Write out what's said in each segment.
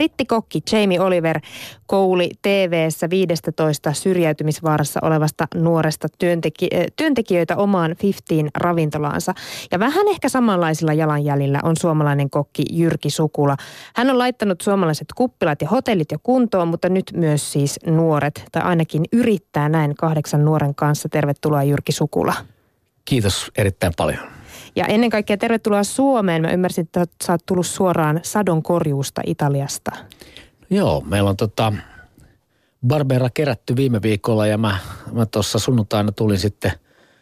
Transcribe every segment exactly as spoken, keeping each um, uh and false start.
Brittikokki Jamie Oliver kouli T V:ssä viisitoista syrjäytymisvaarassa olevasta nuoresta työntekijä, työntekijöitä omaan Fiftiin ravintolaansa. Ja vähän ehkä samanlaisilla jalanjäljillä on suomalainen kokki Jyrki Sukula. Hän on laittanut suomalaiset kuppilat ja hotellit jo kuntoon, mutta nyt myös siis nuoret, tai ainakin yrittää näin kahdeksan nuoren kanssa. Tervetuloa Jyrki Sukula. Kiitos erittäin paljon. Ja ennen kaikkea tervetuloa Suomeen. Mä ymmärsin, että sä oot tullut suoraan sadonkorjuusta Italiasta. Joo, meillä on tota Barbera kerätty viime viikolla ja mä, mä tuossa sunnuntaina tulin sitten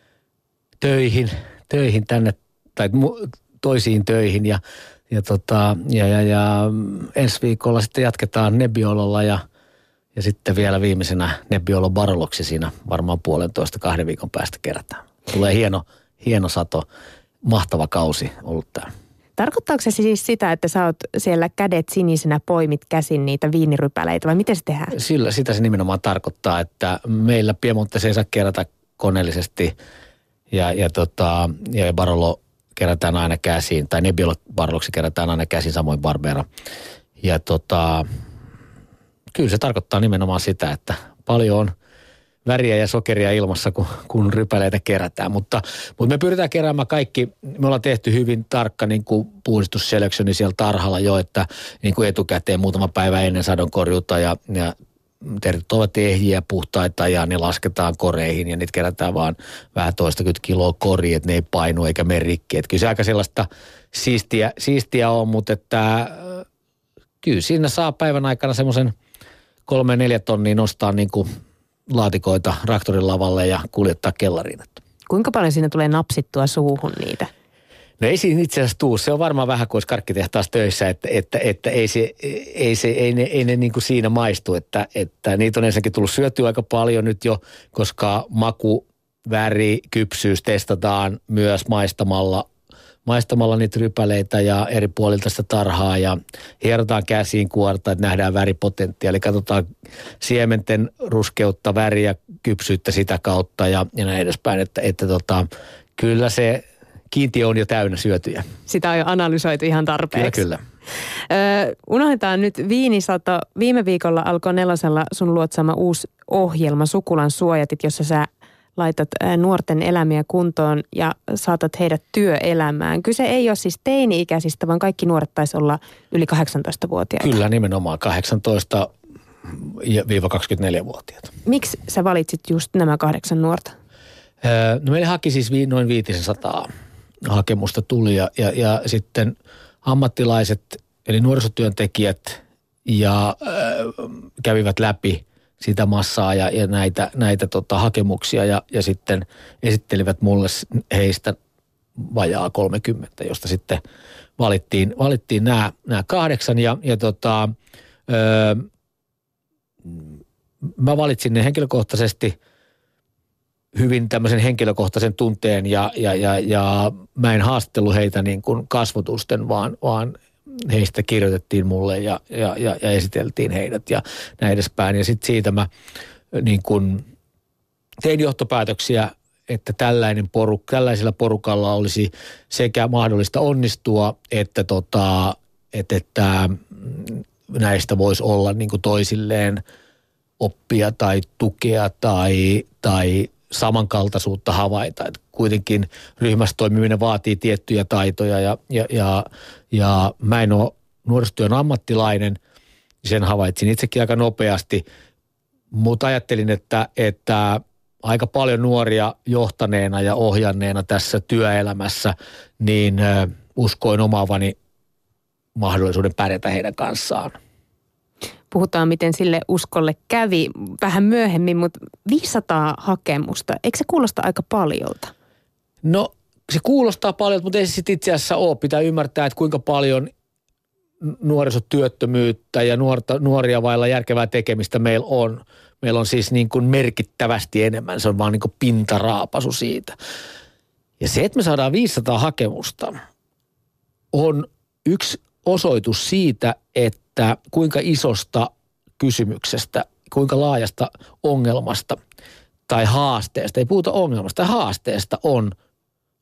töihin, töihin tänne, tai toisiin töihin ja, ja, tota, ja, ja, ja ensi viikolla sitten jatketaan Nebbiololla ja, ja sitten vielä viimeisenä Nebbiolo Baroloksi siinä varmaan puolentoista kahden viikon päästä kerätään. Tulee hieno, hieno sato, mahtava kausi ollut täällä. Tarkoittaako se siis sitä, että sä oot siellä kädet sinisenä poimit käsin niitä viinirypäleitä vai miten se tehdään? Sillä, sitä se nimenomaan tarkoittaa, että meillä Piemontessa ei saa kerätä koneellisesti ja, ja, tota, ja Barolo kerätään aina käsiin, tai Nebbiolo Baroloksi kerätään aina käsiin, samoin Barbera. Ja tota, kyllä se tarkoittaa nimenomaan sitä, että paljon on väriä ja sokeria ilmassa, kun, kun rypäleitä kerätään. Mutta, mutta me pyritään keräämään kaikki, me ollaan tehty hyvin tarkka niin kuin puhdistusselektioni siellä tarhalla jo, että niin kuin etukäteen muutama päivä ennen sadonkorjuuta ja, ja terveet ovat ehjiä, puhtaita ja ne lasketaan koreihin ja niitä kerätään vaan vähän toistakymmentä kiloa koriin, että ne ei painu eikä mene rikki. Että kyllä se aika sellaista siistiä, siistiä on, mutta että kyllä siinä saa päivän aikana semmoisen kolme neljä tonnia nostaa niin kuin laatikoita traktorin lavalle ja kuljettaa kellariin. Kuinka paljon siinä tulee napsittua suuhun niitä? No ei siinä itse asiassa tuu. Se on varmaan vähän kuin olisi karkkitehtaassa töissä, että, että, että ei, se, ei, se, ei ne, ei ne niin kuin siinä maistu. Että, että niitä on ensinnäkin tullut syötyä aika paljon nyt jo, koska maku, väri, kypsyys testataan myös maistamalla maistamalla niitä rypäleitä ja eri puolilta sitä tarhaa ja hierotaan käsiin kuorta, että nähdään väripotentiaali. Katsotaan siementen ruskeutta, väriä, kypsyyttä sitä kautta ja, ja näin edespäin, että, että tota, kyllä se kiintiö on jo täynnä syötyjä. Sitä on jo analysoitu ihan tarpeeksi. Kyllä, kyllä. Öö, unohdetaan nyt viinisato. Viime viikolla alkoi Nelosella sun luotsaama uusi ohjelma Sukulan suojatit, jossa sä laitat nuorten elämiä kuntoon ja saatat heidät työelämään. Kyse ei ole siis teini-ikäisistä, vaan kaikki nuoret taisi olla yli kahdeksantoistavuotiaita. Kyllä, nimenomaan kahdeksantoista kaksikymmentäneljä-vuotiaat. Miksi sä valitsit just nämä kahdeksan nuorta? Öö, no meille haki siis vi, noin viisisataa hakemusta tuli ja, ja, ja sitten ammattilaiset, eli nuorisotyöntekijät ja öö, kävivät läpi sitä massaa ja, ja näitä, näitä tota, hakemuksia ja, ja sitten esittelivät mulle heistä vajaa kolmekymmentä, josta sitten valittiin, valittiin nämä, nämä kahdeksan ja, ja tota, öö, mä valitsin ne henkilökohtaisesti hyvin tämmöisen henkilökohtaisen tunteen ja, ja, ja, ja mä en haastellut heitä niin kuin kasvotusten, vaan, vaan heistä kirjoitettiin mulle ja, ja, ja, ja esiteltiin heidät ja näin edespäin. Ja sitten siitä mä niin kun tein johtopäätöksiä, että tällainen poruk, tällaisella porukalla olisi sekä mahdollista onnistua, että, tota, että, että näistä voisi olla niin kuin toisilleen oppia tai tukea tai, tai samankaltaisuutta havaita. Että kuitenkin ryhmässä toimiminen vaatii tiettyjä taitoja ja, ja, ja, ja mä en ole nuorisotyön ammattilainen, sen havaitsin itsekin aika nopeasti, mutta ajattelin, että, että aika paljon nuoria johtaneena ja ohjanneena tässä työelämässä, niin uskoin omaavani mahdollisuuden pärjätä heidän kanssaan. Puhutaan, miten sille uskolle kävi vähän myöhemmin, mutta viisisataa hakemusta, eikö se kuulosta aika paljolta? No se kuulostaa paljon, mutta ei se sitten itse asiassa ole. Pitää ymmärtää, että kuinka paljon nuorisotyöttömyyttä ja nuorta, nuoria vailla järkevää tekemistä meillä on. Meillä on siis niin kuin merkittävästi enemmän, se on vaan niin kuin pintaraapasu siitä. Ja se, että me saadaan viisisataa hakemusta, on yksi osoitus siitä, että kuinka isosta kysymyksestä, kuinka laajasta ongelmasta tai haasteesta, ei puhuta ongelmasta, haasteesta on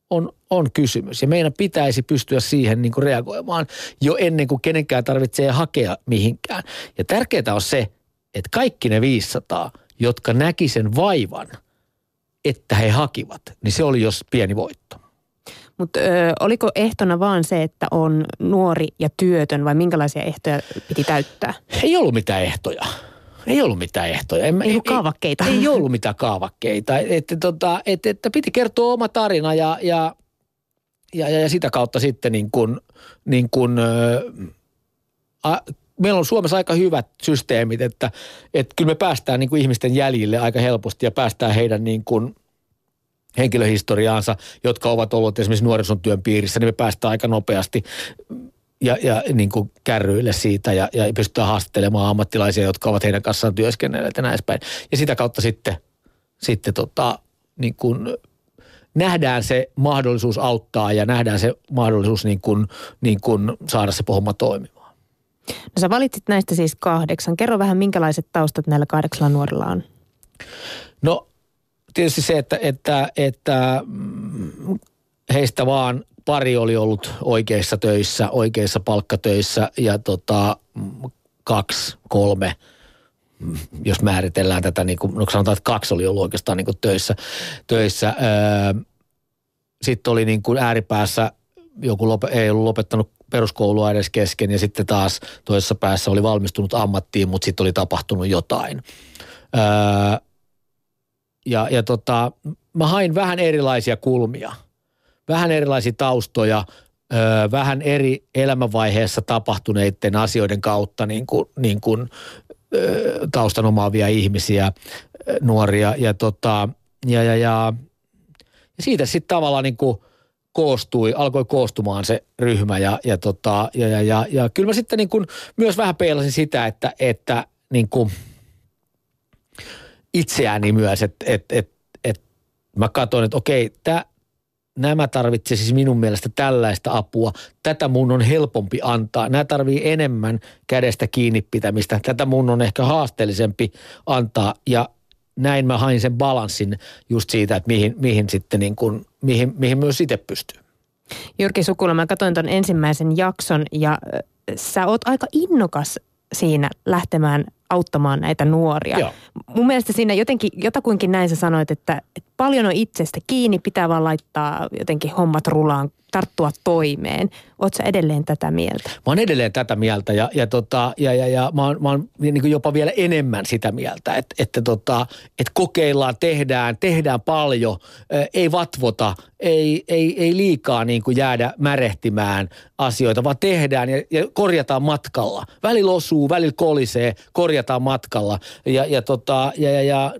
on, on kysymys. Ja meidän pitäisi pystyä siihen niin kuin reagoimaan jo ennen kuin kenenkään tarvitsee hakea mihinkään. Ja tärkeää on se, että kaikki ne viisisataa, jotka näki sen vaivan, että he hakivat, niin se oli jos pieni voitto. Mutta oliko ehtona vaan se, että on nuori ja työtön vai minkälaisia ehtoja piti täyttää? Ei ollut mitään ehtoja. Ei ollut mitään ehtoja. En, ei ollut kaavakkeita. Ei, ei ollut mitään kaavakkeita. Että, tota, että, että piti kertoa oma tarina ja, ja, ja, ja sitä kautta sitten niin kuin, niin kuin, ä, meillä on Suomessa aika hyvät systeemit, että, että kyllä me päästään niin kuin ihmisten jäljille aika helposti ja päästään heidän niin kuin henkilöhistoriaansa, jotka ovat olleet esimerkiksi nuorisotyön piirissä, niin me päästään aika nopeasti ja, ja niin kuin kärryille siitä ja, ja pystytään haastattelemaan ammattilaisia, jotka ovat heidän kanssaan työskennelleet ja näin edespäin. Ja sitä kautta sitten, sitten tota, niin kuin nähdään se mahdollisuus auttaa ja nähdään se mahdollisuus niin kuin, niin kuin saada se homma toimimaan. No sä valitsit näistä siis kahdeksan. Kerro vähän, minkälaiset taustat näillä kahdeksalla nuorilla on? No tietysti se, että, että, että heistä vaan pari oli ollut oikeissa töissä, oikeissa palkkatöissä ja tota, kaksi, kolme, jos määritellään tätä, niin kuin, no sanotaan, että kaksi oli ollut oikeastaan niin kuin töissä. töissä. Sitten oli niin kuin ääripäässä, joku lop, ei ollut lopettanut peruskoulua edes kesken ja sitten taas toisessa päässä oli valmistunut ammattiin, mutta sitten oli tapahtunut jotain. Öö, ja, ja tota, mä hain vähän erilaisia kulmia, vähän erilaisia taustoja, öö, vähän eri elämänvaiheessa tapahtuneiden asioiden kautta niin kuin, niin kuin, öö, taustan omaavia ihmisiä, nuoria ja, tota, ja, ja, ja, ja siitä sitten tavallaan niin kuin koostui, alkoi koostumaan se ryhmä ja, ja, tota, ja, ja, ja, ja kyllä mä sitten niin kuin myös vähän peilasin sitä, että, että niin kuin itseäni myös, että et, et, et mä katsoin, että okei, tää, nämä tarvitsee siis minun mielestä tällaista apua, tätä mun on helpompi antaa, nämä tarvii enemmän kädestä kiinni pitämistä, tätä mun on ehkä haasteellisempi antaa ja näin mä hain sen balanssin just siitä, että mihin, mihin sitten niin kuin, mihin, mihin myös itse pystyy. Jyrki Sukula, mä katsoin ton ensimmäisen jakson ja sä oot aika innokas siinä lähtemään auttamaan näitä nuoria. Joo. Mun mielestä siinä jotenkin, jotakuinkin näin sä sanoit, että, että paljon on itsestä kiinni, pitää vaan laittaa jotenkin hommat rulaan, tarttua toimeen. Oot sä edelleen tätä mieltä? Mä oon edelleen tätä mieltä ja, ja, tota, ja, ja, ja mä oon, mä oon niin kuin jopa vielä enemmän sitä mieltä, että, että, tota, että kokeillaan, tehdään, tehdään paljon, ei vatvota, ei, ei, ei liikaa niin kuin jäädä märehtimään asioita, vaan tehdään ja, ja korjataan matkalla. Välillä osuu, välillä kolisee, korjataan matkalla ja, ja, tota, ja, ja, ja,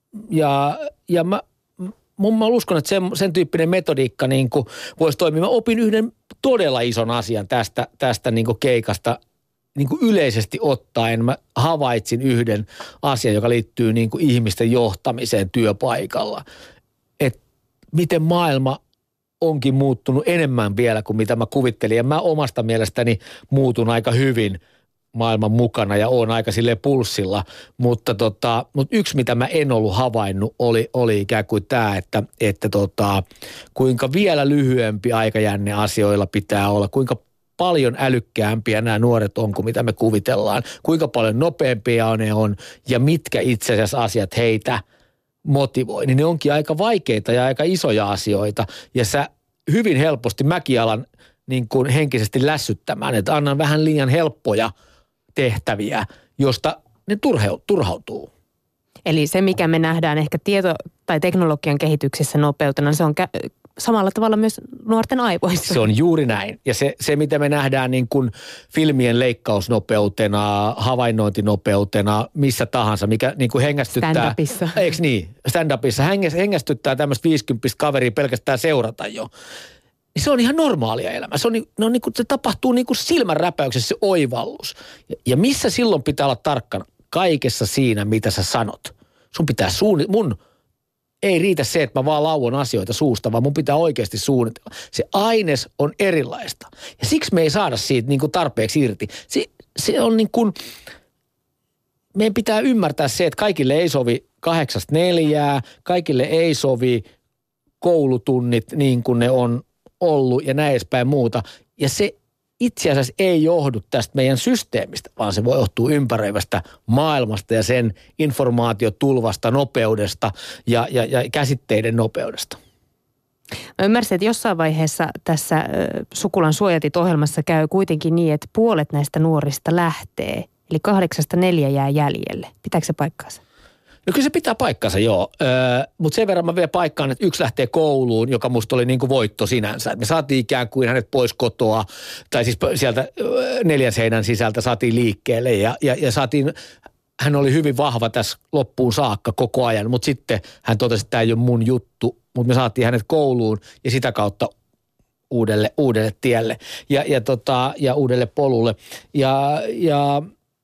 ja, ja mä Mun mä uskon, että sen, sen tyyppinen metodiikka niin kuin voisi toimia. Mä opin yhden todella ison asian tästä, tästä niin kuin keikasta niin kuin yleisesti ottaen. Mä havaitsin yhden asian, joka liittyy niin kuin ihmisten johtamiseen työpaikalla. Että miten maailma onkin muuttunut enemmän vielä kuin mitä mä kuvittelin. Ja mä omasta mielestäni muutun aika hyvin maailman mukana ja on aika silleen pulssilla, mutta, tota, mutta yksi mitä mä en ollut havainnut oli, oli ikään kuin tämä, että, että tota, kuinka vielä lyhyempi aikajänne asioilla pitää olla, kuinka paljon älykkäämpiä nämä nuoret on kuin mitä me kuvitellaan, kuinka paljon nopeampia ne on ja mitkä itse asiassa asiat heitä motivoi, niin ne onkin aika vaikeita ja aika isoja asioita ja sä hyvin helposti mäkin alan niin kuin henkisesti lässyttämään, että annan vähän liian helppoja tehtäviä, josta ne turhautuu. Eli se, mikä me nähdään ehkä tieto- tai teknologian kehityksessä nopeutena, se on kä- samalla tavalla myös nuorten aivoissa. Se on juuri näin. Ja se, se mitä me nähdään niin kuin filmien leikkausnopeutena, havainnointinopeutena, missä tahansa, mikä niin kuin hengästyttää. Stand-upissa. Eikö niin? Stand-upissa hengästyttää tämmöistä viisikymppistä kaveria pelkästään seurata jo. Se on ihan normaalia elämää. Se, on, no, niin kuin, se tapahtuu niin kuin silmänräpäyksessä se oivallus. Ja, ja missä silloin pitää olla tarkkana? Kaikessa siinä, mitä sä sanot. Sun pitää suunnitella. Mun ei riitä se, että mä vaan lauon asioita suusta, vaan mun pitää oikeasti suunnitella. Se aines on erilaista. Ja siksi me ei saada siitä niin kuin tarpeeksi irti. Se, se on niin kuin, meidän pitää ymmärtää se, että kaikille ei sovi kahdeksasta neljää, kaikille ei sovi koulutunnit niin kuin ne on ollut ja näin edespäin muuta. Ja se itse asiassa ei johdu tästä meidän systeemistä, vaan se voi johtua ympäröivästä maailmasta ja sen informaatiotulvasta, nopeudesta ja, ja, ja käsitteiden nopeudesta. Mä ymmärsin, että jossain vaiheessa tässä äh, Sukulan suojatit-ohjelmassa käy kuitenkin niin, että puolet näistä nuorista lähtee. Eli kahdeksasta neljä jää jäljelle. Pitääkö se paikkaansa? No kyllä se pitää paikkansa, joo. Öö, mutta sen verran mä vielä paikkaan, että yksi lähtee kouluun, joka musta oli niin kuin voitto sinänsä. Et me saatiin ikään kuin hänet pois kotoa, tai siis sieltä neljän seinän sisältä saatiin liikkeelle ja, ja, ja saatiin, hän oli hyvin vahva tässä loppuun saakka koko ajan, mutta sitten hän totesi, että tämä ei ole mun juttu, mutta me saatiin hänet kouluun ja sitä kautta uudelle, uudelle tielle ja, ja, tota, ja uudelle polulle. Ja, ja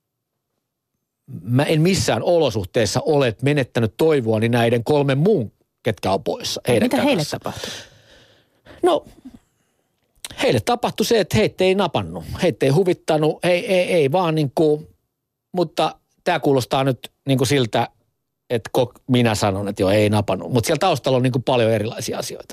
mä en missään olosuhteessa ole menettänyt toivoani näiden kolmen muun, ketkä on poissa. Mitä heille tapahtui? No, heille tapahtui se, että heitä ei napannut. Heitä ei huvittanut, ei, ei, ei vaan niin kuin, mutta tämä kuulostaa nyt niin kuin siltä, että minä sanon, että joo, ei napannut. Mutta siellä taustalla on niin kuin paljon erilaisia asioita.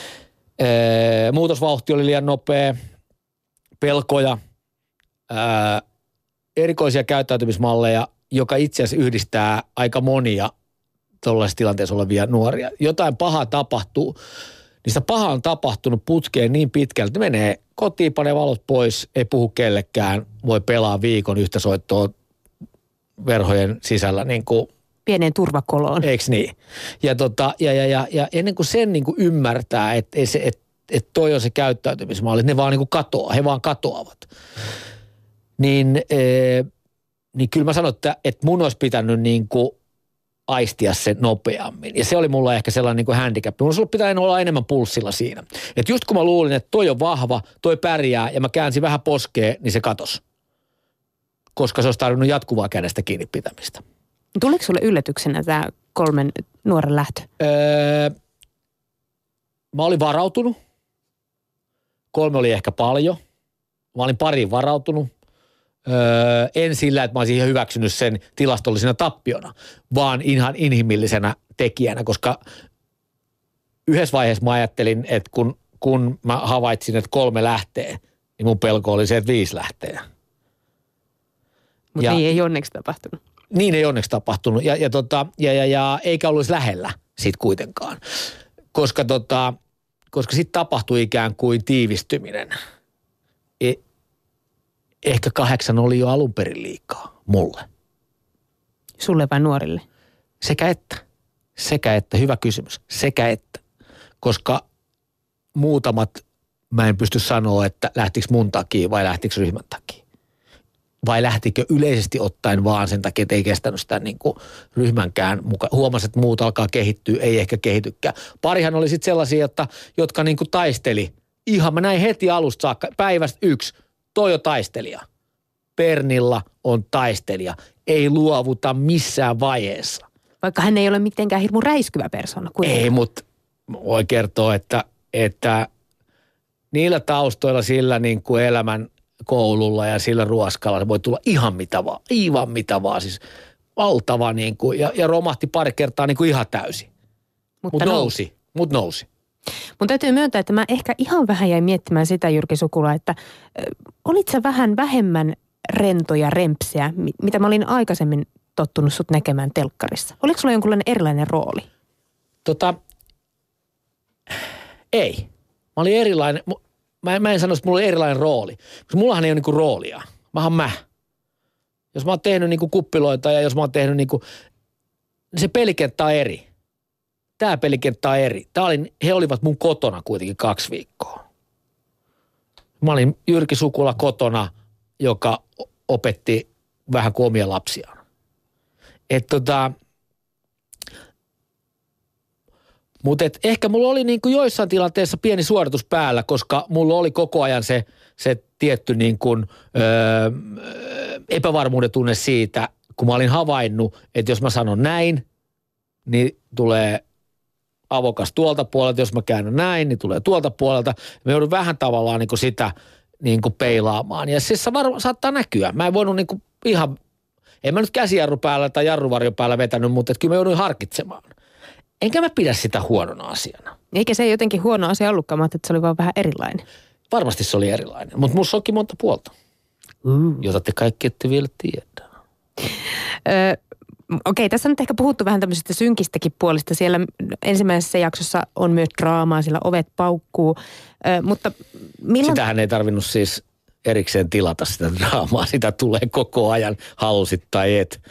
Ee, muutosvauhti oli liian nopea, pelkoja, ää, erikoisia käyttäytymismalleja, joka itse asiassa yhdistää aika monia tuollaisessa tilanteessa olevia nuoria. Jotain pahaa tapahtuu, niistä pahaa on tapahtunut putkeen niin pitkälti, että menee kotiin, panee valot pois, ei puhu kellekään, voi pelaa viikon yhtä soittoa verhojen sisällä niin kuin pieneen turvakoloon. Eiks niin? Ja, tota, ja, ja, ja, ja ennen kuin sen niin kuin ymmärtää, että et, et, et toi on se käyttäytymismalli, ne vaan niin kuin katoaa, he vaan katoavat. Niin, ee, niin kyllä mä sanon, että, että mun olisi pitänyt niin kuin aistia se nopeammin. Ja se oli mulla ehkä sellainen niin kuin handicap. Mun olisi pitänyt olla enemmän pulssilla siinä. Että just kun mä luulin, että toi on vahva, toi pärjää ja mä käänsin vähän poskeen, niin se katosi. Koska se olisi tarvinnut jatkuvaa kädestä kiinni pitämistä. Tuliko sulle yllätyksenä tämä kolmen nuoren lähtö? Öö, mä olin varautunut. Kolme oli ehkä paljon. Mä olin pariin varautunut. Öö, en sillä, että mä olisin hyväksynyt sen tilastollisena tappiona, vaan ihan inhimillisenä tekijänä, koska yhdessä vaiheessa mä ajattelin, että kun, kun mä havaitsin, että kolme lähtee, niin mun pelko oli se, että viisi lähtee. Mutta niin ei onneksi tapahtunut. Niin ei onneksi tapahtunut ja, ja, tota, ja, ja, ja eikä ollut lähellä siitä kuitenkaan, koska, tota, koska sitten tapahtui ikään kuin tiivistyminen. E, ehkä kahdeksan oli jo alun perin liikaa mulle. Sulle vai nuorille? Sekä että. Sekä että. Hyvä kysymys. Sekä että. Koska muutamat, mä en pysty sanoa, että lähtikö mun takia vai lähtikö ryhmän takia. Vai lähtikö yleisesti ottaen vaan sen takia, että ei kestänyt sitä niin kuin ryhmänkään mukaan. Huomasi, että muut alkaa kehittyä, ei ehkä kehitykään. Parihan oli sitten sellaisia, että, jotka niin kuin taisteli. Ihan mä näin heti alusta saakka, päivästä yksi, toi on taistelija. Pernilla on taistelija. Ei luovuta missään vaiheessa. Vaikka hän ei ole mitenkään hirmu räiskyvä persona. Kuitenkaan. Ei, mutta voi kertoa, että, että niillä taustoilla sillä niin kuin elämän koululla ja sillä ruoskalla voi tulla ihan mitä vaan, aivan mitä vaan, siis valtava niin kuin, ja, ja romahti pari kertaa niin kuin ihan täysin. Mutta Mut nousi, nousi. Mut nousi. Mun täytyy myöntää, että mä ehkä ihan vähän jäin miettimään sitä, Jyrki Sukula, että äh, olit sä vähän vähemmän rento ja rempseä, mitä mä olin aikaisemmin tottunut sut näkemään telkkarissa. Oliko sulla jonkunlainen erilainen rooli? Tota, ei. Mä olin erilainen. Mä en, mä en sano, että mulla oli erilainen rooli. Koska mullahan ei ole niinku roolia. Mä oon mä. Jos mä oon tehnyt niinku kuppiloita ja jos mä oon tehnyt niinku, niin se pelikenttä on eri. Tää pelikenttä on eri. Tää oli, he olivat mun kotona kuitenkin kaksi viikkoa. Mä olin Jyrki Sukula kotona, joka opetti vähän kuin omia lapsiaan. Että tota, mutta ehkä mulla oli niinku joissain tilanteissa pieni suoritus päällä, koska mulla oli koko ajan se, se tietty niinku, öö, epävarmuuden tunne siitä, kun mä olin havainnut, että jos mä sanon näin, niin tulee avokas tuolta puolelta. Jos mä käännän näin, niin tulee tuolta puolelta. Mä joudun vähän tavallaan niinku sitä niinku peilaamaan. Ja siis se varmaan saattaa näkyä. Mä en voinut niinku ihan, en mä nyt käsijarru päällä tai jarruvarjo päällä vetänyt, mutta kyllä mä joudun harkitsemaan. Enkä mä pidä sitä huonona asiana. Eikä se jotenkin huono asia ollutkaan, mä että se oli vaan vähän erilainen. Varmasti se oli erilainen, mutta musta onkin monta puolta, mm. jota te kaikki ette vielä tiedä. Öö, Okei, tässä on nyt ehkä puhuttu vähän tämmöisistä synkistäkin puolista. Siellä ensimmäisessä jaksossa on myös draamaa, sillä ovet paukkuu, Ö, mutta milloin... Sitähän ei tarvinnut siis erikseen tilata sitä draamaa. Sitä tulee koko ajan, halusit tai et.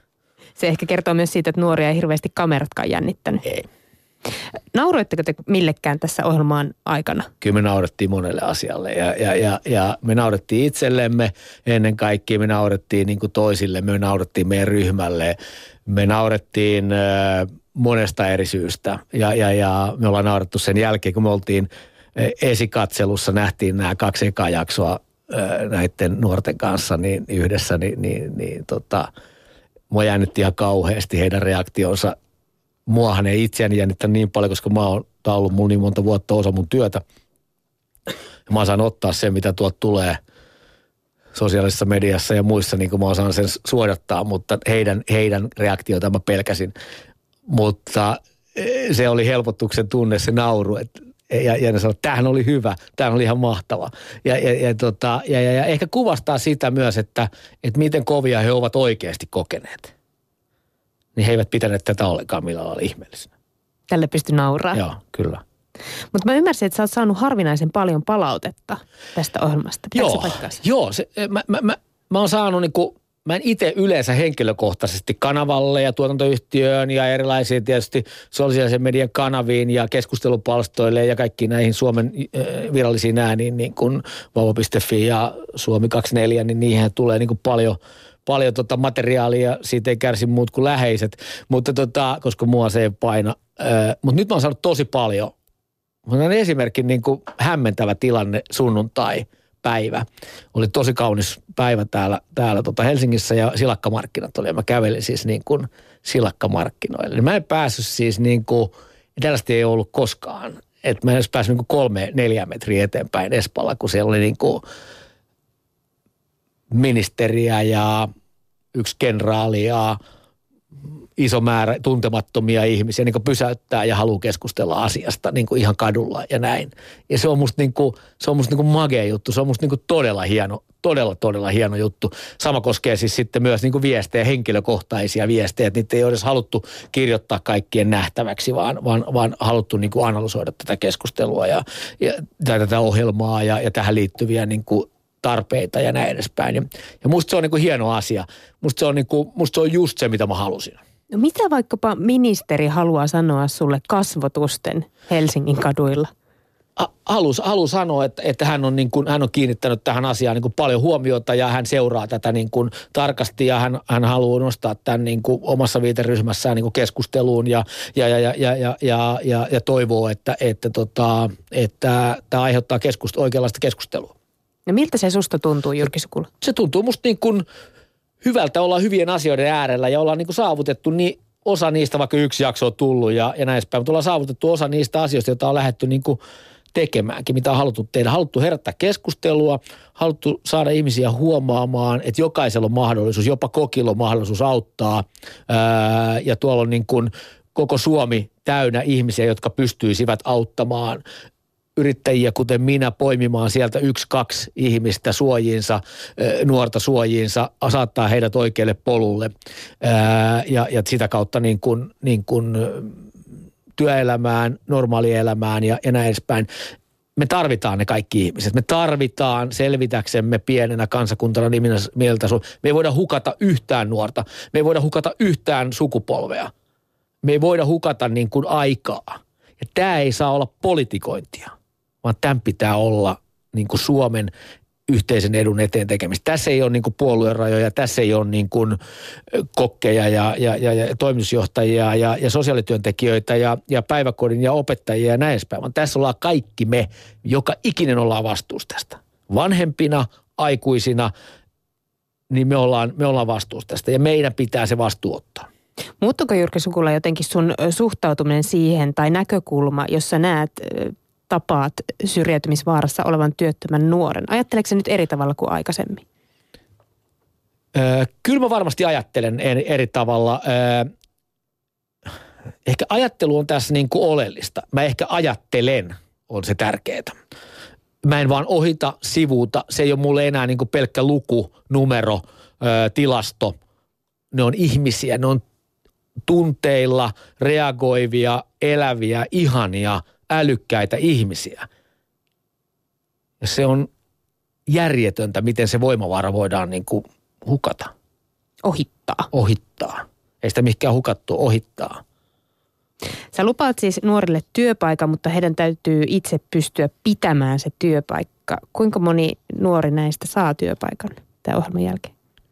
Se ehkä kertoo myös siitä, että nuoria ei hirveästi kameratkaan jännittänyt. Ei. Nauroitteko te millekään tässä ohjelmaan aikana? Kyllä me naurettiin monelle asialle ja, ja, ja, ja me naurettiin itsellemme ennen kaikkea, me naurettiin niin kuin toisille, me naurettiin meidän ryhmälle, me naurettiin äh, monesta eri syystä ja, ja, ja me ollaan naurettu sen jälkeen, kun me oltiin esikatselussa, nähtiin nämä kaksi ekaa jaksoa äh, näiden nuorten kanssa niin yhdessä, niin, niin, niin tota, mua jännitti ihan kauheasti heidän reaktionsa. Muahan ei itseäni jännittänyt niin paljon, koska mä oon, tää on ollut mulla niin monta vuotta osa mun työtä. Ja mä osaan ottaa sen, mitä tuolta tulee sosiaalisessa mediassa ja muissa, niin kuin mä osaan sen suodattaa, mutta heidän, heidän reaktioita mä pelkäsin. Mutta se oli helpotuksen tunne, se nauru, että ja, ja ne sanoi, että tämähän oli hyvä, tämähän oli ihan mahtava. Ja, ja, ja, tota, ja, ja, ja ehkä kuvastaa sitä myös, että, että miten kovia he ovat oikeasti kokeneet. Niin he eivät pitäneet tätä ollenkaan millään lailla ihmeellisenä. Tälle pystyi nauraa. Joo, kyllä. Mutta mä ymmärsin, että sä oot saanut harvinaisen paljon palautetta tästä ohjelmasta. Pitääkö joo, se paikkaasi? Joo, se, mä, mä, mä, mä oon saanut niinku, mä en itse yleensä henkilökohtaisesti kanavalle ja tuotantoyhtiöön ja erilaisiin tietysti sosiaalisen median kanaviin ja keskustelupalstoille ja kaikkiin näihin Suomen äh, virallisiin ääniin niin kuin vauva piste fi ja Suomi kaksikymmentäneljä, niin niihin tulee niinku paljon paljon tota materiaalia, siitä ei kärsi muut kuin läheiset, mutta tota, koska mua se ei paina. Öö, mutta nyt mä oon saanut tosi paljon. Mä oon esimerkin niin kuin hämmentävä tilanne sunnuntai-päivä. Oli tosi kaunis päivä täällä, täällä tota Helsingissä ja silakkamarkkinat oli. Ja mä kävelin siis niin kuin silakkamarkkinoille. Mä en päässyt siis niin kuin, tällaista ei ollut koskaan. Että mä en edes päässyt niin kuin kolme, neljä metriä eteenpäin Espalla, kun siellä oli niin kuin ministeriä ja yksi kenraali ja iso määrä tuntemattomia ihmisiä niin kuin pysäyttää ja haluaa keskustella asiasta niin kuin ihan kadulla ja näin. Ja se on musta, niin kuin, se on musta niin kuin magea juttu, se on musta niin kuin todella hieno, todella todella hieno juttu. Sama koskee siis sitten myös niin kuin viestejä, henkilökohtaisia viestejä, että niitä ei ole edes haluttu kirjoittaa kaikkien nähtäväksi, vaan, vaan, vaan haluttu niin kuin analysoida tätä keskustelua ja, ja tätä ohjelmaa ja, ja tähän liittyviä niin kuin tarpeita ja näin edespäin. Ja, ja musta se on niinku hieno asia. Musta se on, niinku, musta se on just se, mitä mä halusin. No mitä vaikkapa ministeri haluaa sanoa sulle kasvotusten Helsingin kaduilla? Halu, halu sanoa, että, että hän, on niin kuin, hän on kiinnittänyt tähän asiaan niin kuin paljon huomiota ja hän seuraa tätä niin kuin tarkasti ja hän, hän haluaa nostaa tämän niin kuin omassa viiteryhmässään niin kuin keskusteluun ja, ja, ja, ja, ja, ja, ja, ja toivoo, että, että, tota, että tämä aiheuttaa keskust, oikeanlaista keskustelua. No miltä se susta tuntuu, Jyrki Sukula? Se tuntuu musta niin kuin hyvältä olla hyvien asioiden äärellä ja ollaan niin kuin saavutettu niin osa niistä, vaikka yksi jakso on tullut ja, ja näin päin, mutta ollaan saavutettu osa niistä asioista, joita on lähdetty niin kuin tekemäänkin, mitä on haluttu tehdä. Haluttu herättää keskustelua, haluttu saada ihmisiä huomaamaan, että jokaisella on mahdollisuus, jopa kokilla on mahdollisuus auttaa ää, ja tuolla on niin kuin koko Suomi täynnä ihmisiä, jotka pystyisivät auttamaan yrittäjiä, kuten minä, poimimaan sieltä yksi, kaksi ihmistä suojiinsa, nuorta suojiinsa, saattaa heidät oikealle polulle ja, ja sitä kautta niin kuin, niin kuin työelämään, normaalielämään ja, ja näin edespäin. Me tarvitaan ne kaikki ihmiset. Me tarvitaan selvitäksemme pienenä kansakuntana nimeltä. Me ei voida hukata yhtään nuorta. Me ei voida hukata yhtään sukupolvea. Me ei voida hukata niin kuin aikaa. Ja tämä ei saa olla politikointia, vaan tämän pitää olla niin kuin Suomen yhteisen edun eteen tekemistä. Tässä ei ole niin kuin puoluerajoja, tässä ei ole niin kuin kokkeja ja, ja, ja, ja toimitusjohtajia ja, ja sosiaalityöntekijöitä ja, ja päiväkodin ja opettajia ja näin edespäin, vaan tässä ollaan kaikki me, joka ikinen ollaan vastuussa tästä. Vanhempina, aikuisina, niin me ollaan, me ollaan vastuussa tästä ja meidän pitää se vastuu ottaa. Muuttuuko Jyrki Sukula jotenkin sun suhtautuminen siihen tai näkökulma, jossa näet tapaat syrjäytymisvaarassa olevan työttömän nuoren? Ajatteleeko se nyt eri tavalla kuin aikaisemmin? Öö, kyllä mä varmasti ajattelen eri, eri tavalla. Öö, ehkä ajattelu on tässä niin kuin oleellista. Mä ehkä ajattelen, on se tärkeää. Mä en vaan ohita sivuuta. Se ei ole mulle enää niin kuin pelkkä luku, numero, ö, tilasto. Ne on ihmisiä, ne on tunteilla reagoivia, eläviä, ihania, älykkäitä ihmisiä. Ja se on järjetöntä, miten se voimavara voidaan niin kuin hukata. Ohittaa. Ohittaa. Ei sitä mihinkään hukattu, ohittaa. Sä lupaat siis nuorille työpaikan, mutta heidän täytyy itse pystyä pitämään se työpaikka. Kuinka moni nuori näistä saa työpaikan tämän ohjelman jälkeen?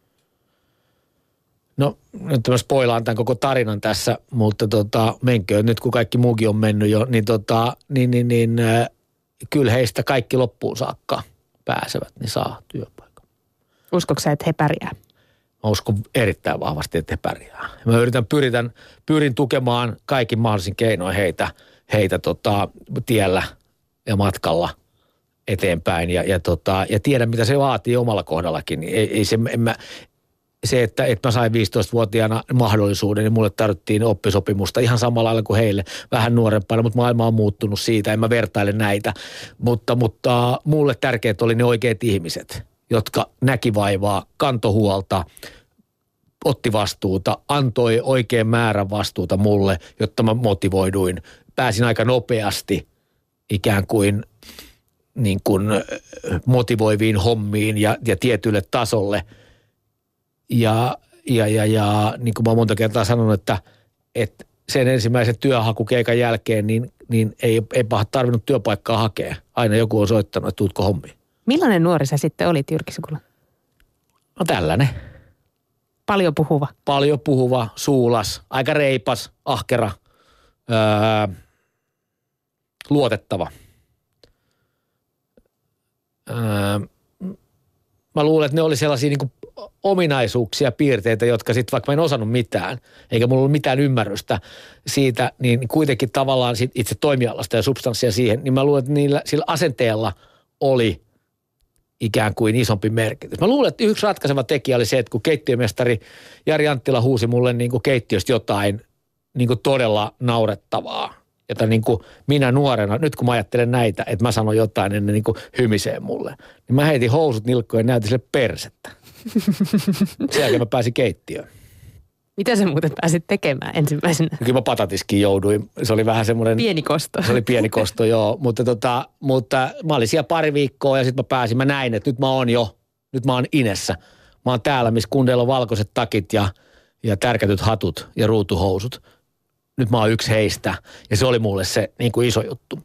No nyt mä spoilaan tämän koko tarinan tässä, mutta tota, menköön nyt kun kaikki muukin on mennyt jo, niin, tota, niin, niin, niin äh, kyllä heistä kaikki loppuun saakka pääsevät, niin saa työpaikan. Uskotko sä, että he pärjää? Mä uskon erittäin vahvasti, että he pärjää. Mä yritän, pyritän, pyrin tukemaan kaikin mahdollisin keinoin heitä, heitä tota, tiellä ja matkalla eteenpäin ja, ja, tota, ja tiedän, mitä se vaatii omalla kohdallakin. Ei, ei se, en mä, se, että, että mä sain viisitoistavuotiaana mahdollisuuden, niin mulle tarvittiin oppisopimusta ihan samalla lailla kuin heille, vähän nuorempana, mutta maailma on muuttunut siitä, en mä vertaile näitä. Mutta, mutta mulle tärkeät oli ne oikeat ihmiset, jotka näki vaivaa, kantoi huolta, otti vastuuta, antoi oikean määrän vastuuta mulle, jotta mä motivoiduin. Pääsin aika nopeasti ikään kuin, niin kuin motivoiviin hommiin ja, ja tietylle tasolle. Ja, ja, ja, ja niin kuin mä oon monta kertaa sanonut, että, että sen ensimmäisen työhakukeikan jälkeen niin, niin ei, ei paha tarvinnut työpaikkaa hakea. Aina joku on soittanut, että tuutko hommiin. Millainen nuori sä sitten olit, Jyrki Sukula? No tällainen. Paljon puhuva. Paljon puhuva, suulas, aika reipas, ahkera, öö, luotettava. Öö, mä luulen, että ne oli sellaisia niin kuin ominaisuuksia, piirteitä, jotka sitten vaikka mä en osannut mitään, eikä mulla ollut mitään ymmärrystä siitä, niin kuitenkin tavallaan sit itse toimialasta ja substanssia siihen, niin mä luulen, että niillä, sillä asenteella oli ikään kuin isompi merkitys. Mä luulen, että yksi ratkaiseva tekijä oli se, että kun keittiömestari Jari Anttila huusi mulle niin kuin keittiöstä jotain niin kuin todella naurettavaa, jota niin kuin minä nuorena, nyt kun mä ajattelen näitä, että mä sanon jotain, niin ne niin kuin hymisee mulle, niin mä heitin housut nilkkoon ja näytin sille persettä. Sen jälkeen mä pääsin keittiöön. Mitä sä muuten pääsit tekemään ensimmäisenä? Kyllä mä patatiskin jouduin. Se oli vähän semmoinen... Pieni kosto. Se oli pieni kosto, joo. Mutta, tota, mutta mä olin siellä pari viikkoa ja sitten mä pääsin. Mä näin, että nyt mä oon jo, nyt mä oon Inessä. Mä oon täällä, missä kundeilla on valkoiset takit ja, ja tärkätyt hatut ja ruutuhousut. Nyt mä oon yksi heistä. Ja se oli mulle se niin kuin iso juttu.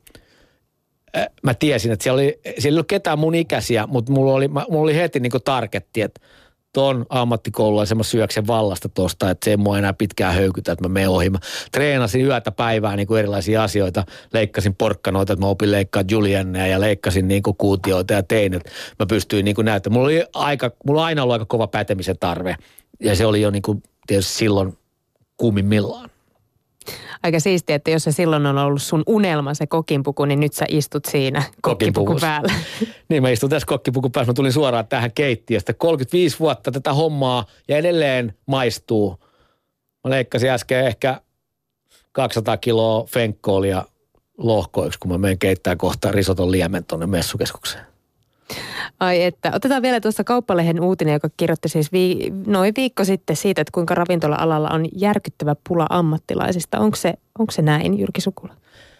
Mä tiesin, että siellä, oli, siellä ei ollut ketään mun ikäisiä, mutta mulla oli, mulla oli heti niin kuin targetti, että ton ammattikoululaisen mä syöksen vallasta tosta, että se ei mua enää pitkään höykytä, että mä menen ohi. Mä treenasin yötä päivää niin kuin erilaisia asioita, leikkasin porkkanoita, että mä opin leikkaa julienneja ja leikkasin niin kuin kuutioita ja tein, että mä pystyin niin kuin näyttämään. Mulla oli aika, mulla on aina ollut aika kova pätemisen tarve ja se oli jo niin kuin tietysti silloin kuumimmillaan. Aika siistiä, että jos se silloin on ollut sun unelma se kokinpuku, niin nyt sä istut siinä kokkipuku päällä. Niin, mä istun tässä kokkipuku päässä. Mä tulin suoraan tähän keittiöstä. kolmekymmentäviisi vuotta tätä hommaa ja edelleen maistuu. Mä leikkasin äsken ehkä kaksisataa kiloa fenkkoolia lohkoiksi, kun mä menen keittää kohta risoton liemen tonne messukeskukseen. Ai että, otetaan vielä tuossa Kauppalehden uutinen, joka kirjoitti siis vii, noin viikko sitten siitä, että kuinka ravintola-alalla on järkyttävä pula ammattilaisista. Onko se, onko se näin, Jyrki Sukula?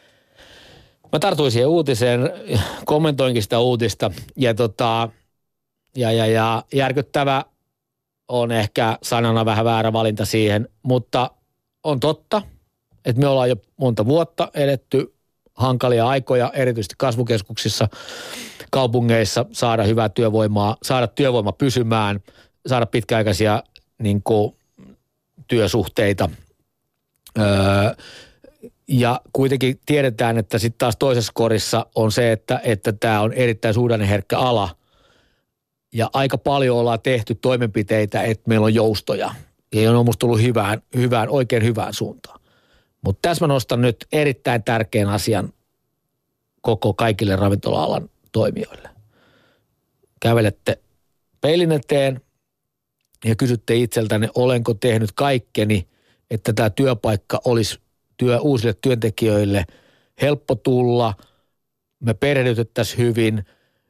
Mä tartuin siihen uutiseen, kommentoinkin sitä uutista ja, tota, ja, ja, ja järkyttävä on ehkä sanana vähän väärä valinta siihen, mutta on totta, että me ollaan jo monta vuotta edetty hankalia aikoja, erityisesti kasvukeskuksissa, kaupungeissa saada hyvää työvoimaa, saada työvoima pysymään, saada pitkäaikaisia niin kuin, työsuhteita. Öö, ja kuitenkin tiedetään, että sitten taas toisessa korissa on se, että että tämä on erittäin suhdanneherkkä ala. Ja aika paljon ollaan tehty toimenpiteitä, että meillä on joustoja. Ja on musta tullut hyvään, hyvään, oikein hyvään suuntaan. Mutta tässä mä nostan nyt erittäin tärkeän asian koko kaikille ravintola-alan toimijoille. Kävelette peilin eteen ja kysytte itseltänne, olenko tehnyt kaikkeni, että tämä työpaikka olisi työ, uusille työntekijöille helppo tulla, me perehdytettäisiin hyvin,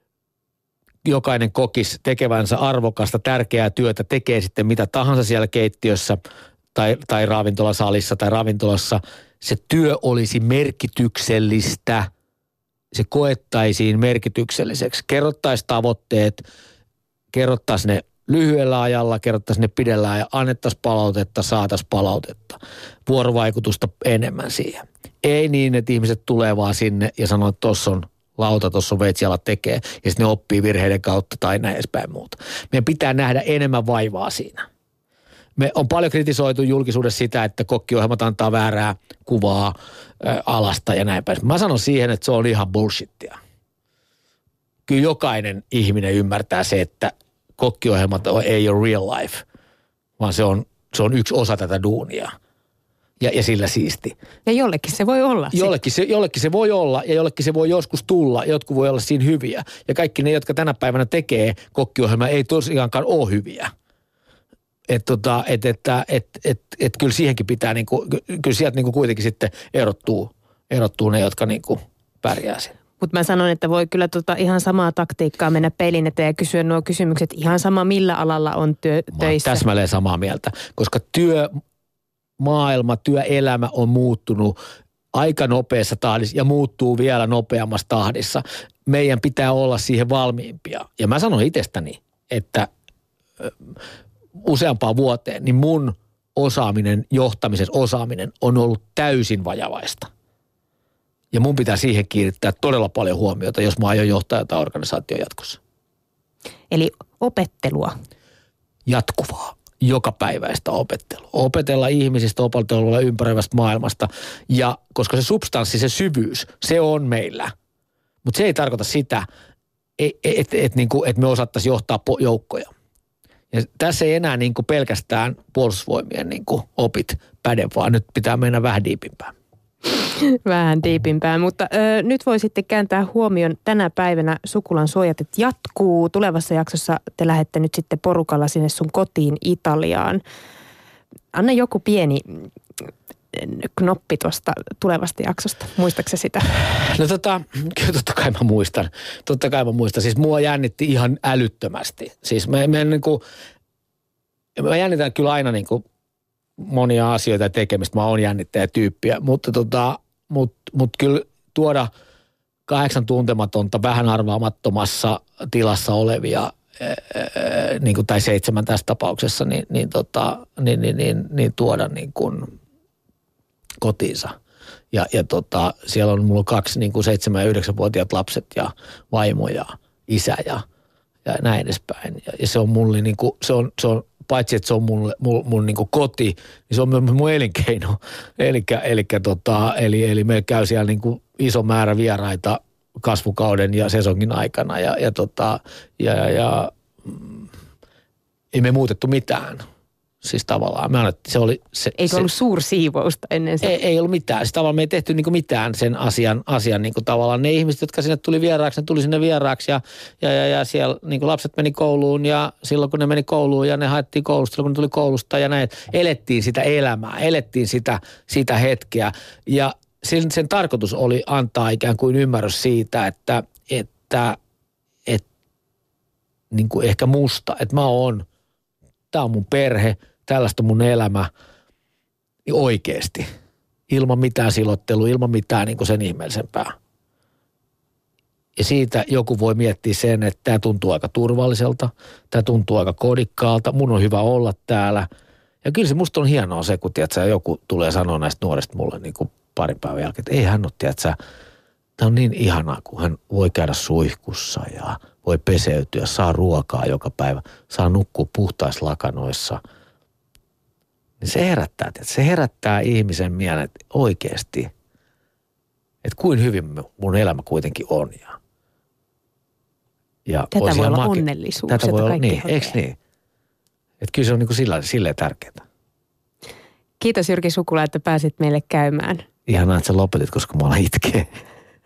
jokainen kokisi tekevänsä arvokasta, tärkeää työtä, tekee sitten mitä tahansa siellä keittiössä tai, tai ravintolasalissa tai ravintolassa. Se työ olisi merkityksellistä, se koettaisiin merkitykselliseksi. Kerrottaisiin tavoitteet, kerrottaisiin ne lyhyellä ajalla, kerrottaisiin ne pidellä ja annettaisiin palautetta, saataisiin palautetta. Vuorovaikutusta enemmän siihen. Ei niin, että ihmiset tulee vaan sinne ja sanoo, että tuossa on lauta, tuossa on veitsiala tekee ja sitten ne oppii virheiden kautta tai näin edespäin muuta. Meidän pitää nähdä enemmän vaivaa siinä. Me on paljon kritisoitu julkisuudessa sitä, että kokkiohjelmat antaa väärää kuvaa ä, alasta ja näin päin. Mä sanon siihen, että se on ihan bullshittia. Kyllä jokainen ihminen ymmärtää se, että kokkiohjelmat ei ole real life, vaan se on, se on yksi osa tätä duunia. Ja, ja sillä siisti. Ja jollekin se voi olla. Jollekin se, jollekin se voi olla ja jollekin se voi joskus tulla. Jotkut voi olla siinä hyviä. Ja kaikki ne, jotka tänä päivänä tekee kokkiohjelmaa, ei tosiaankaan ole hyviä. Että tota, et, et, et, et, et, kyllä siihenkin pitää, niinku, kyllä sieltä niinku kuitenkin sitten erottuu, erottuu ne, jotka niinku pärjää siinä. Mutta mä sanon, että voi kyllä tota ihan samaa taktiikkaa mennä peilin eteen ja kysyä nuo kysymykset ihan sama millä alalla on työ, töissä. Mä täsmälleen samaa mieltä, koska työmaailma, työelämä on muuttunut aika nopeassa tahdissa ja muuttuu vielä nopeammassa tahdissa. Meidän pitää olla siihen valmiimpia. Ja mä sanon itsestäni, että useampaan vuoteen, niin mun osaaminen, johtamisen osaaminen on ollut täysin vajavaista. Ja mun pitää siihen kiinnittää todella paljon huomiota, jos mä aion johtaa jotain organisaation jatkossa. Eli opettelua. Jatkuvaa, jokapäiväistä opettelua. Opetella ihmisistä, opetella ympäröivästä maailmasta. Ja koska se substanssi, se syvyys, se on meillä. Mutta se ei tarkoita sitä, että et, et, niinku, et me osattaisiin johtaa joukkoja. Ja tässä ei enää niinku pelkästään puolustusvoimien niinku opit päde, vaan nyt pitää mennä vähän diipimpään. Vähän diipimpään, mutta ö, nyt voi sitten kääntää huomion tänä päivänä Sukulan suojatet jatkuu. Tulevassa jaksossa te lähdette nyt sitten porukalla sinne sun kotiin Italiaan. Anna joku pieni knoppi tuosta tulevasta jaksosta. Muistatko sitä? No tota, kyllä totta kai mä muistan. Totta kai mä muistan. Siis mua jännitti ihan älyttömästi. Siis mä, mä, niin kuin, mä jännitän kyllä aina niin kuin monia asioita ja tekemistä. Mä oon jännittäjä tyyppiä, mutta tota, mut, mut kyllä tuoda kahdeksan tuntematonta, vähän arvaamattomassa tilassa olevia, ää, niin kuin, tai seitsemän tässä tapauksessa, niin, niin, tota, niin, niin, niin, niin tuoda niin kuin kotiinsa. Ja, ja tota, siellä on mulla kaksi niin kuin seitsemän- ja yhdeksänvuotiaat lapset ja vaimo ja isä ja, ja näin edespäin. Ja, ja se on mulle niin kuin, se on, se on paitsi että se on mun, mun, mun niin kuin koti, niin se on myös mun elinkeino. Elikkä, elikkä tota, eli, eli meillä käy siellä niin kuin iso määrä vieraita kasvukauden ja sesongin aikana ja, ja, tota, ja, ja, ja mm, ei me muutettu mitään. Siis tavallaan, mä se oli se, Eikö se, ollut suursiivousta ennen sitä? Ei, ei ollut mitään. Siis tavallaan me ei tehty niinku mitään sen asian, asian niinku tavallaan. Ne ihmiset, jotka sinne tuli vieraaksi, ne tuli sinne vieraaksi ja, ja, ja, ja siellä niinku lapset meni kouluun ja silloin kun ne meni kouluun ja ne haettiin koulusta, silloin kun ne tuli koulusta ja näin. Elettiin sitä elämää, elettiin sitä, sitä hetkeä ja sen, sen tarkoitus oli antaa ikään kuin ymmärrys siitä, että, että, että niin kuin ehkä musta, että mä oon, tää on mun perhe, tällaista mun elämä oikeasti, ilman mitään silottelua, ilman mitään niin kuin sen ihmeellisempää. Ja siitä joku voi miettiä sen, että tämä tuntuu aika turvalliselta, tämä tuntuu aika kodikkaalta, mun on hyvä olla täällä. Ja kyllä se musta on hienoa se, kun tiedätkö, joku tulee sanoa näistä nuorista mulle niin kuin parin päivän jälkeen, että ei hän ole, tiedätkö, tämä on niin ihanaa, kun hän voi käydä suihkussa ja voi peseytyä, saa ruokaa joka päivä, saa nukkua puhtaissa lakanoissa. Niin se herättää, että se herättää ihmisen mielen, että oikeasti, että kuin hyvin mun elämä kuitenkin on. Ja, ja tätä voi olla maki- onnellisuus, tätä voi olla, niin, hakee. eikö niin? Että kyllä se on niin kuin sillä, silleen tärkeää. Kiitos Jyrki Sukula, että pääsit meille käymään. Ihanaa, että sä lopetit, koska mä alan itkeä.